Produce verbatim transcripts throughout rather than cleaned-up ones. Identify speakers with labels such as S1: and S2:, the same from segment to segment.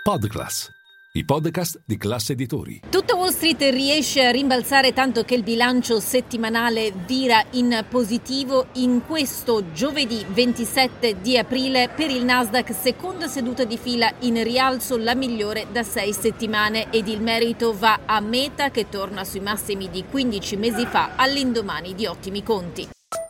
S1: Podclass, i podcast di Class Editori.
S2: Tutta Wall Street riesce a rimbalzare tanto che il bilancio settimanale vira in positivo in questo giovedì ventisette di aprile per il Nasdaq, seconda seduta di fila in rialzo, la migliore da sei settimane, ed il merito va a Meta che torna sui massimi di quindici mesi fa all'indomani di ottimi conti.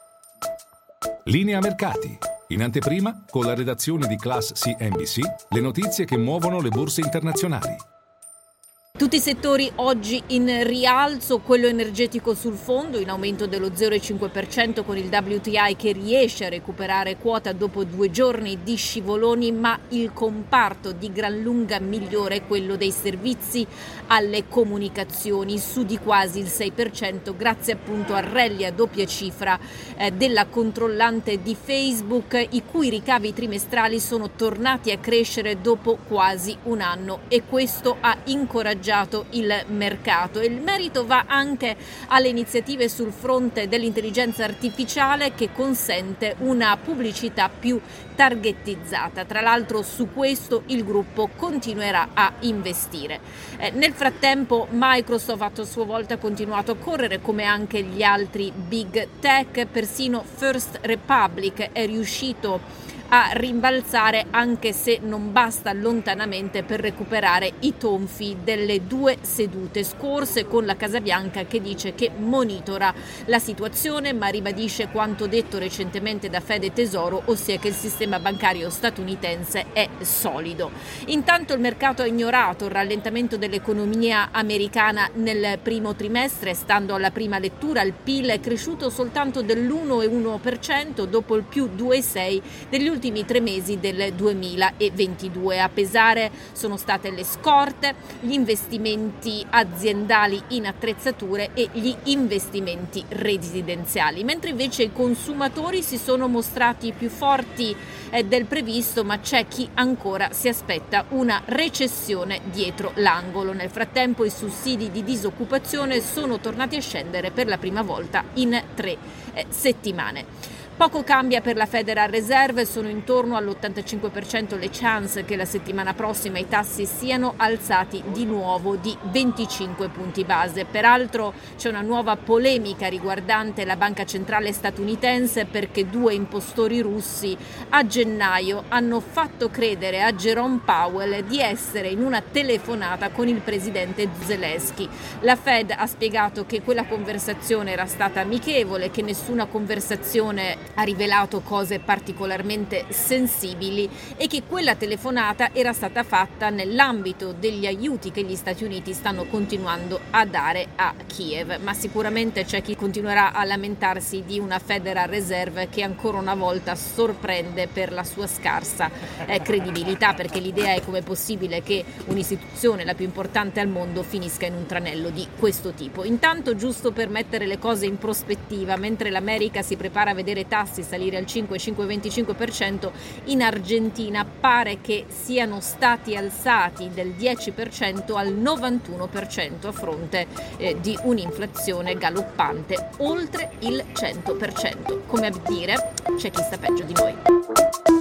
S1: Linea mercati. In anteprima, con la redazione di Class C N B C, le notizie che muovono le borse internazionali.
S2: Tutti i settori oggi in rialzo, quello energetico sul fondo in aumento dello zero virgola cinque per cento con il W T I che riesce a recuperare quota dopo due giorni di scivoloni, ma il comparto di gran lunga migliore è quello dei servizi alle comunicazioni, su di quasi il sei per cento grazie appunto al rally a doppia cifra eh, della controllante di Facebook, i cui ricavi trimestrali sono tornati a crescere dopo quasi un anno, e questo ha incoraggiato il mercato. Il merito va anche alle iniziative sul fronte dell'intelligenza artificiale che consente una pubblicità più targetizzata. Tra l'altro su questo il gruppo continuerà a investire. Eh, nel frattempo Microsoft a sua volta ha continuato a correre, come anche gli altri big tech, persino First Republic è riuscito a rimbalzare, anche se non basta lontanamente per recuperare i tonfi delle due sedute scorse, con la Casa Bianca che dice che monitora la situazione ma ribadisce quanto detto recentemente da Fed e Tesoro, ossia che il sistema bancario statunitense è solido. Intanto il mercato ha ignorato il rallentamento dell'economia americana nel primo trimestre. Stando alla prima lettura il P I L è cresciuto soltanto dell'uno virgola uno per cento dopo il più due virgola sei per cento degli ultimi ultimi tre mesi del duemilaventidue. A pesare sono state le scorte, gli investimenti aziendali in attrezzature e gli investimenti residenziali, mentre invece i consumatori si sono mostrati più forti eh, del previsto, ma c'è chi ancora si aspetta una recessione dietro l'angolo. Nel frattempo i sussidi di disoccupazione sono tornati a scendere per la prima volta in tre eh, settimane. Poco cambia per la Federal Reserve, sono intorno all'ottantacinque per cento le chance che la settimana prossima i tassi siano alzati di nuovo di venticinque punti base. Peraltro c'è una nuova polemica riguardante la banca centrale statunitense, perché due impostori russi a gennaio hanno fatto credere a Jerome Powell di essere in una telefonata con il presidente Zelensky. La Fed ha spiegato che quella conversazione era stata amichevole, che nessuna conversazione ha rivelato cose particolarmente sensibili e che quella telefonata era stata fatta nell'ambito degli aiuti che gli Stati Uniti stanno continuando a dare a Kiev. Ma sicuramente c'è chi continuerà a lamentarsi di una Federal Reserve che ancora una volta sorprende per la sua scarsa eh, credibilità, perché l'idea è: come possibile che un'istituzione, la più importante al mondo, finisca in un tranello di questo tipo. Intanto, giusto per mettere le cose in prospettiva, mentre l'America si prepara a vedere tassi salire al cinque virgola venticinque per cento, in Argentina pare che siano stati alzati del dieci per cento al novantuno per cento a fronte eh, di un'inflazione galoppante oltre il cento per cento. Come a dire, c'è chi sta peggio di noi.